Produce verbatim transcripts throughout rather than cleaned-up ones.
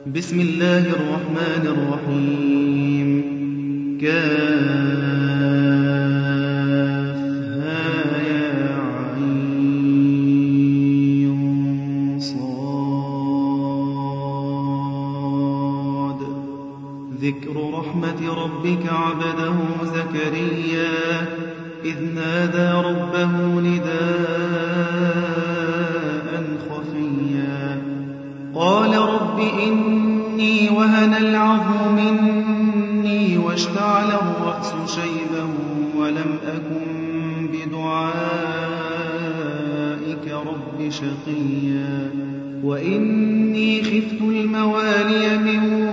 بسم الله الرحمن الرحيم. كافها يا عين صاد. ذكر رحمة ربك عبده زكريا إذ نادى ربه نداء خفيا قال رب إني وهن العظم مني واشتعل الرأس شيبا ولم أكن بدعائك رب شقيا وإني خفت الموالي من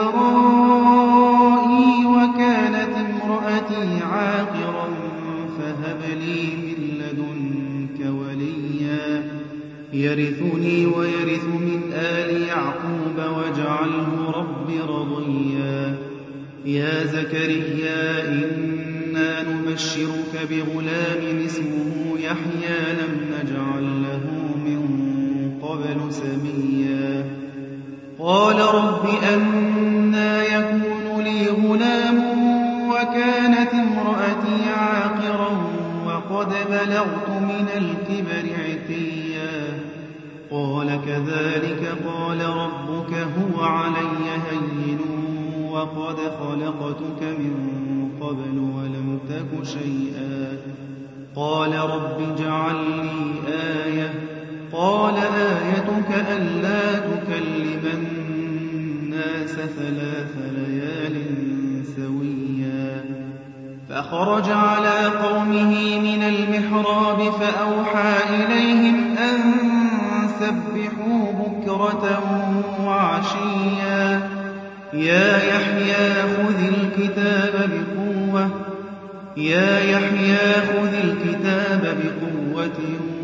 ورائي وكانت امرأتي عاقرا فهب لي من لدنك وليا يرثني ويرث من آل يعقوب واجعله رب رضيا يا زكريا إنا نبشرك بغلام اسمه يحيى لم نجعل له من قبل سميا قال رب أنى يكون لي غلام وكانت امرأتي عاقرا وقد بلغت من الكبر عتيا قال كذلك قال ربك هو علي هين وقد خلقتك من قبل ولم تك شيئا قال رب اجعل لي آية قال آيتك ألا تكلم الناس ثلاث ليال سويا فخرج على قومه من المحراب فأوحى إليهم أن سبحوا بكرة وعشيا يا يحيى خذ الكتاب بقوة يا يحيى خذ الكتاب بقوة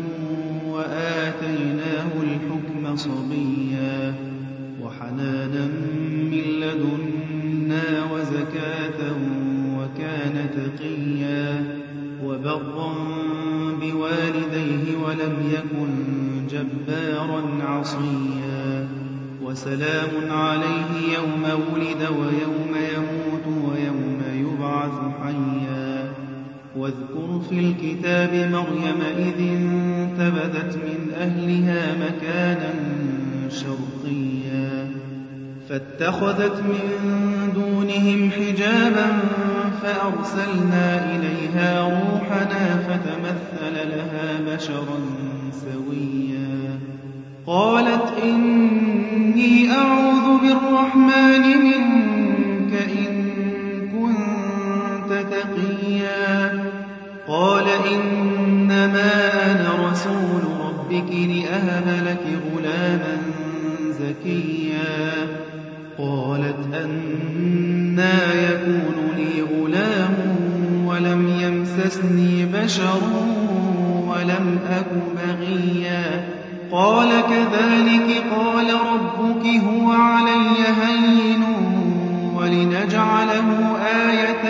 وآتيناه الحكم صبيا وحنانا من لدنا وزكاة وكان تقيا وبرا بوالديه ولم يكن جبارا عصيا وسلام عليه يوم ولد ويوم يموت ويوم يبعث حيا واذكر في الكتاب مريم إذ انتبذت من أهلها مكانا شرقيا فاتخذت من دونهم حجابا فأرسلنا إليها روحنا فتمثل لها بشرا سويا قالت إني أعوذ بالرحمن منك إن كنت تقيا قال إنما أنا رسول ربك لأهب لك غلاما زكيا قالت أنى يكون لي غلام ولم يمسسني بشر ولم أك بغيا قال كذلك قال ربك هو علي هين ولنجعله آية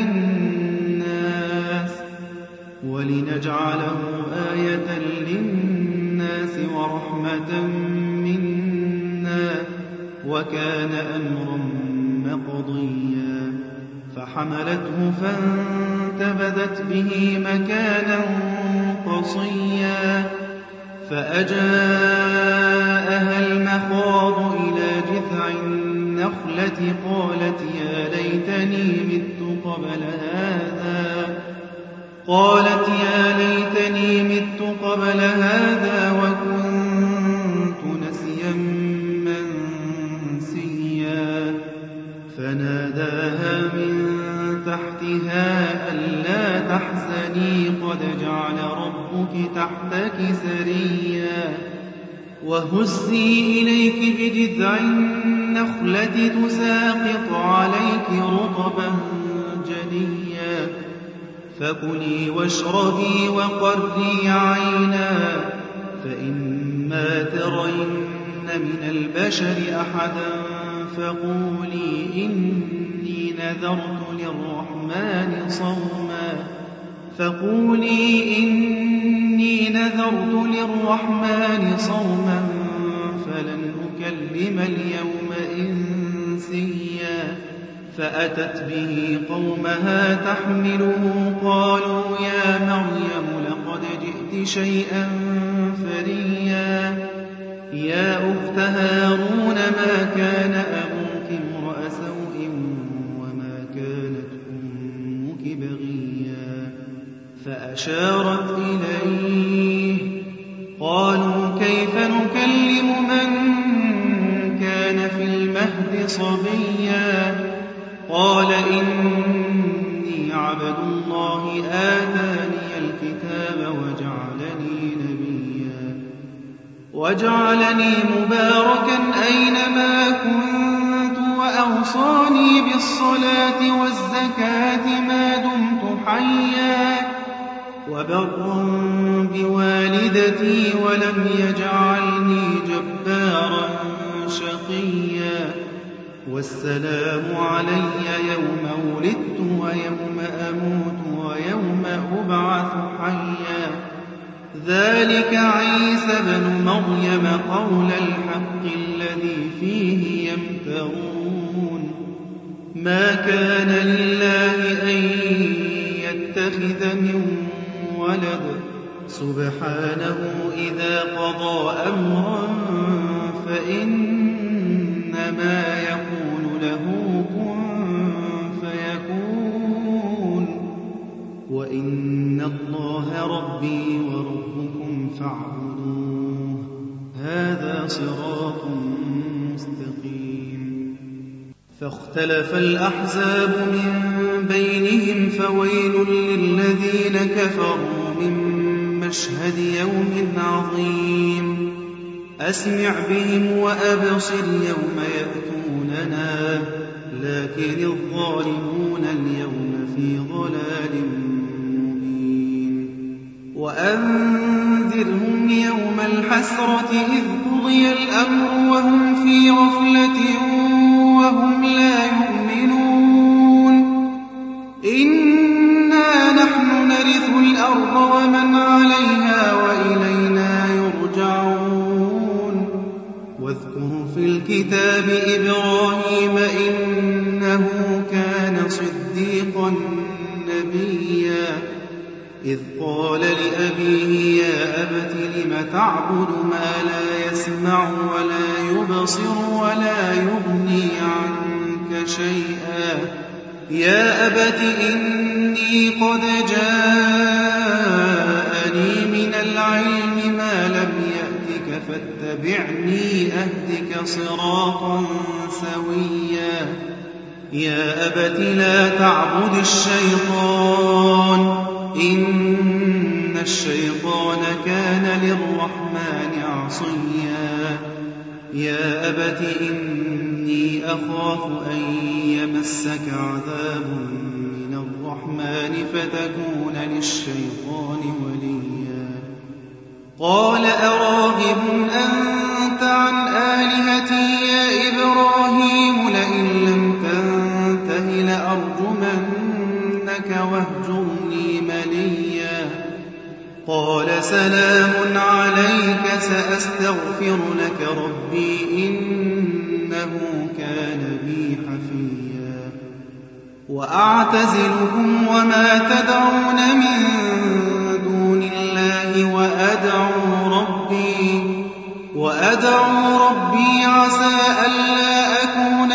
للناس ولنجعله آية للناس ورحمة منا وكان أمرا مقضيا فحملته فانتبذت به مكانا قصيا فأجاءها المخاض إلى جذع النخلة قالت يا ليتني مت قبل هذا قالت يا ليتني مت قبل هذا وكنت نسيا منسيا فناداها من تحتها ألا تحزني قد جعل ربك تحتك سريا وهزي إليك بجذع النخلة تساقط عليك رطبا جنيا فكلي واشربي وقري عينا فإما ترين من البشر أحدا فقولي إني نذرت للرحمن صوما فقولي إني نذرت للرحمن صوما فلن أكلم اليوم فأتت به قومها تحمله قالوا يا مريم لقد جئت شيئا فريا يا أخت هارون ما كان أبوك امرأ سوء وما كانت أمك بغيا فأشارت إليه قالوا كيف نكلم من كان في المهد صبيا قال إني عبد الله آتاني الكتاب وجعلني نبيا وجعلني مباركا أينما كنت وأوصاني بالصلاة والزكاة ما دمت حيا وبرا بوالدتي ولم يجعلني جبارا شقيا والسلام علي يوم ولدت ويوم أموت ويوم أبعث حيا ذلك عيسى بن مريم قول الحق الذي فيه يمترون ما كان لله أن يتخذ من ولد سبحانه إذا قضى أمرا فإنما يقول له كن فيكون وإن الله ربي وربكم فاعبدوه هذا صراط مستقيم فاختلف الأحزاب من بينهم فويل للذين كفروا من مشهد يوم عظيم أسمع بهم وأبصر يوم يأتوننا لكن الظالمون اليوم في ضلال مبين وأنذرهم يوم الحسرة إذ قضي الأمر وهم في غفلة وهم لا يؤمنون إنا نحن نرث الأرض ومن عليها وإلينا يرجعون واذكر في الكتاب إبراهيم إنه كان صديقا نبيا إذ قال لأبيه يا أبت لم تعبد ما لا يسمع ولا يبصر ولا يغني عنك شيئا يا أبت إني قد جاءني من العلم ما لم يأتك فاتبعني أهدك صراطا سويا يا أبت لا تعبد الشيطان إن الشيطان كان للرحمن عصيا يا أبت إني أخاف أن يمسك عذاب من الرحمن فتكون للشيطان وليا قال أراغب أنت عن آلهتي يا إبراهيم لئن لم تنته لأرجمنك واهجرني مليا قال سلام عليك سأستغفر لك ربي إنه كان بي حفيا وأعتزلكم وما تدعون من دون الله وأدعو ربي وأدعو ربي عسى ألا أكون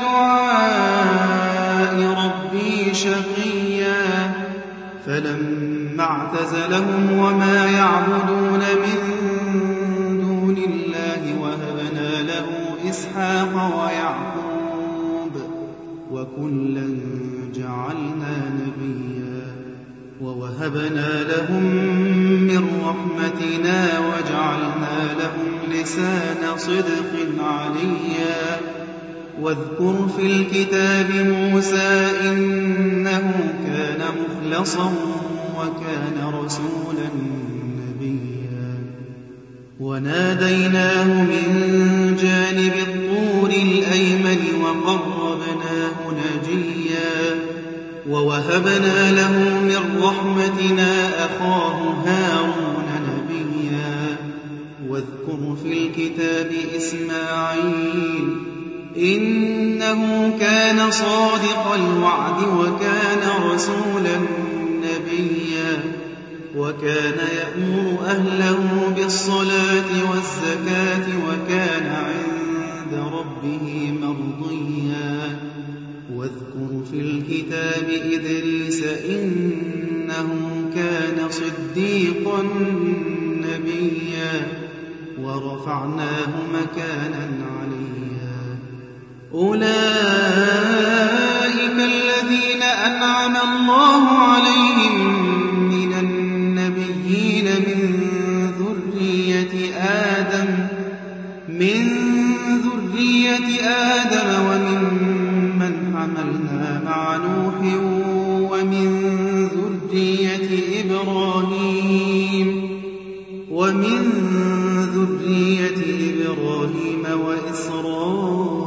بدعاء ربي شقيا فلما اعتزلهم وما يعبدون من دون الله وهبنا له إسحاق ويعقوب وكلا جعلنا نبيا ووهبنا لهم من رحمتنا وجعلنا لهم لسان صدق عليا واذكر في الكتاب موسى إنه كان مخلصا وكان رسولا نبيا وناديناه من جانب الطور الأيمن وقربناه نجيا ووهبنا له من رحمتنا أخاه هارون نبيا واذكر في الكتاب إسماعيل إنه كان صادق الوعد وكان رسولا نبيا وكان يأمر أهله بالصلاة والزكاة وكان عند ربه مرضيا واذكر في الكتاب إدريس إنه كان صديقا نبيا ورفعناه مكانا عليا أولئك الذين أنعم الله عليهم من النبيين من ذرية آدم من ذرية آدم وممن حملنا مع نوح ومن ذرية إبراهيم ومن ذرية إبراهيم وإسرائيل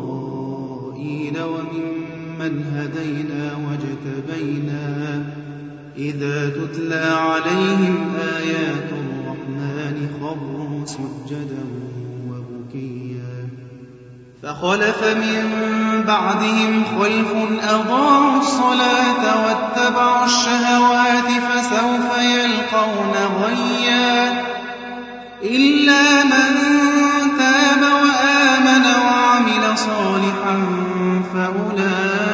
وممن هدينا واجتبينا إذا تتلى عليهم آيات الرحمن خروا سجدا وبكيا فخلف من بعدهم خلف أضاعوا الصلاة واتبعوا الشهوات فسوف يلقون غيا إلا من تاب وآمن وعمل صالحا فأولئك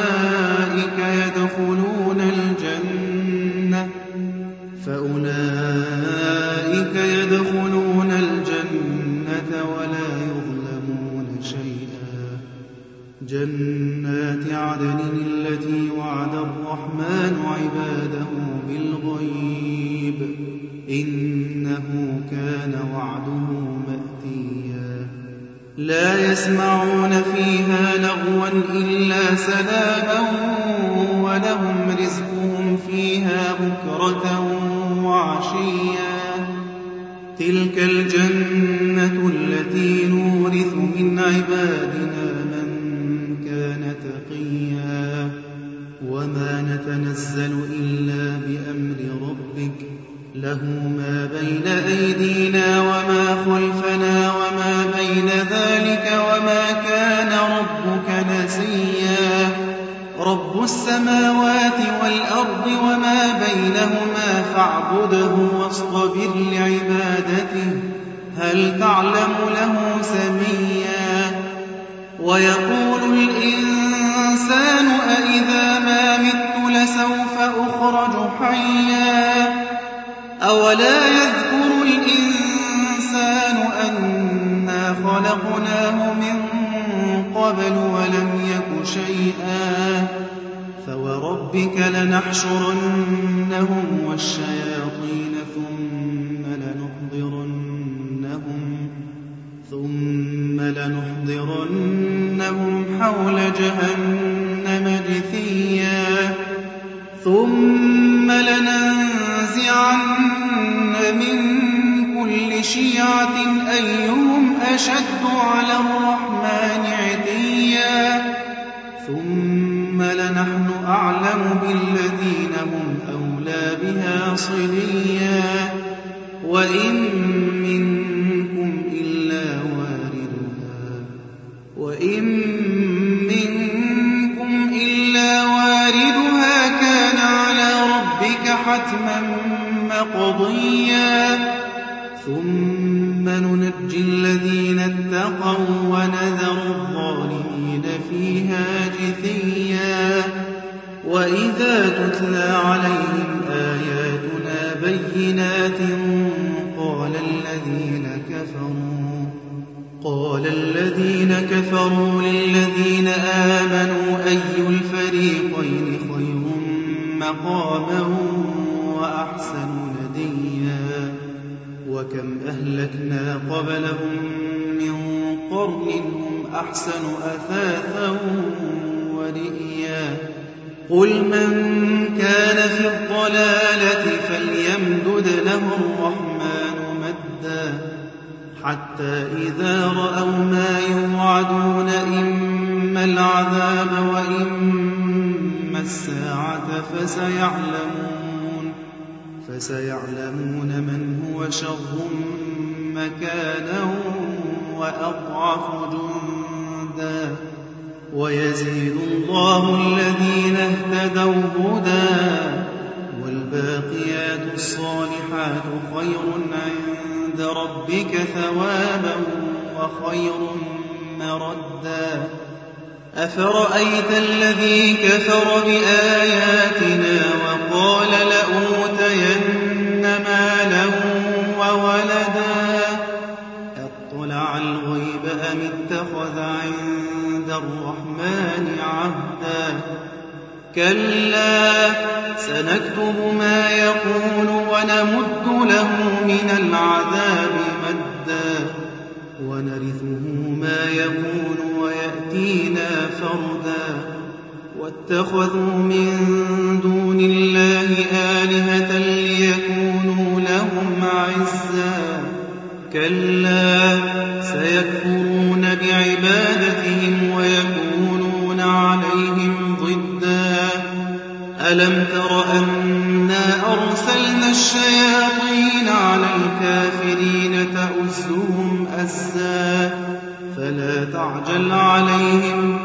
يدخلون الجنة فأولئك يدخلون الجنة ولا يظلمون شيئا جنات عدن التي وعد الرحمن عباده بالغيب إنه كان وعده مأتيا لا يسمعون فيها لغوا إلا سلاما ولهم رزقهم فيها بكرة وعشيا تلك الجنة التي نورث من عبادنا من كان تقيا وما نتنزل إلا بأمر ربك له ما بين أيدينا وما خلفنا وما بين ذلك وما كان ربك نسيا رب السماوات والأرض وما بينهما فاعبده واصطبر لعبادته هل تعلم له سميا ويقول الإنسان أإذا ما مت لسوف أخرج حيا أولا يذكر الإنسان أنا خلقناه من قبل ولم يك شيئا فوربك لنحشرنهم والشياطين ثم لنحضرنهم ثم لنحضرنهم حول جهنم جثيا ثم لننزعن من كل شيعة أيهم أشد على الرحمن عتيا ثم لنحن أعلم بالذين هم أولى بها صليا وإن منكم إلا واردها وإن منكم إلا واردها كان على ربك حتما مقضيا ثم ننجي الذين اتقوا ونذر الظالمين فيها جثيا وإذا تتلى عليهم آياتنا بينات قال الذين كفروا قال الذين كفروا للذين آمنوا أي الفريقين خير مقاما وأحسن نديا وكم أهلكنا قبلهم من قرن هم أحسن أثاثا ورئيا قل من كان في الضلالة فليمدد له الرحمن مدا حتى إذا رأوا ما يوعدون إما العذاب وإما الساعة فسيعلمون فسيعلمون من هو شر مكانا وأضعف جندا عدا ويزيد الله الذين اهتدوا هدى والباقيات الصالحات خير عند ربك ثوابا وخير مردا أفرأيت الذي كفر بآياتنا وقال لأوتين مالا وولدا أطلع الغيب أم اتخذ عند الرحمن عهدا كلا سنكتب ما يقول ونمد له من العذاب مدا ونرثه ما يقول ويأتينا فردا واتخذوا من دون الله آلهة ليكونوا لهم عزا كلا سيكفرون بعبادتهم ويكونون عليهم ضدا ألم تر أنا أرسلنا الشياطين على الكافرين تؤزهم أزا فلا تعجل عليهم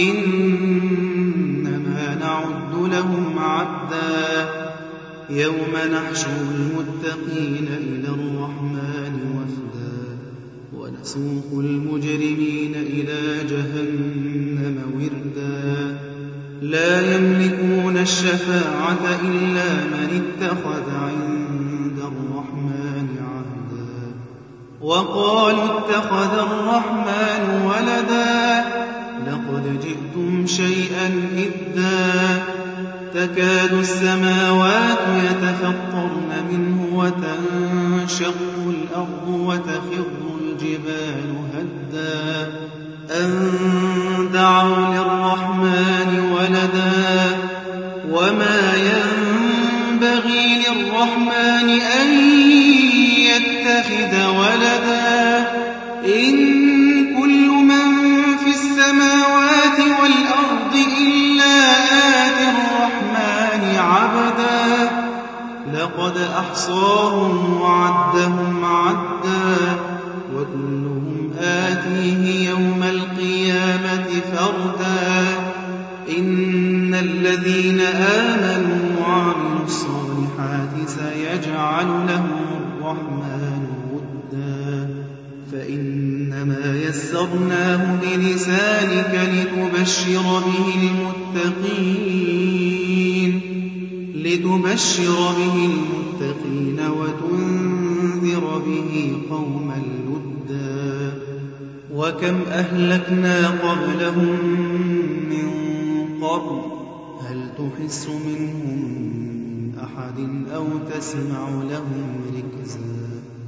إنما نعد لهم عدا يوم نحشر المتقين إلى الرحمن وفدا ونسوق المجرمين إلى جهنم وردا لا يملكون الشفاعة إلا من اتخذ عند الرحمن عهدا وقالوا اتخذ الرحمن ولدا لقد جئتم شيئا إدا تكاد السماوات يتفطرن منه وتنشق الأرض وتخر الجبال هدا أن دعوا للرحمن ولدا وما ينبغي للرحمن أن يتخذ ولدا إن كل من في السماوات والأرض إلا آتي الرحمن عبدا لقد أحصاهم وعدهم عدا وكلهم آتيه يوم القيامة فردا إن الذين آمنوا وعملوا الصالحات سيجعل لهم الرحمن ودا فإنما يسرناه بلسانك لتبشر به المتقين لتبشر به المتقين وتنذر به قوما لدا وكم أهلكنا قبلهم من قرن هل تحس منهم من أحد أو تسمع لهم ركزا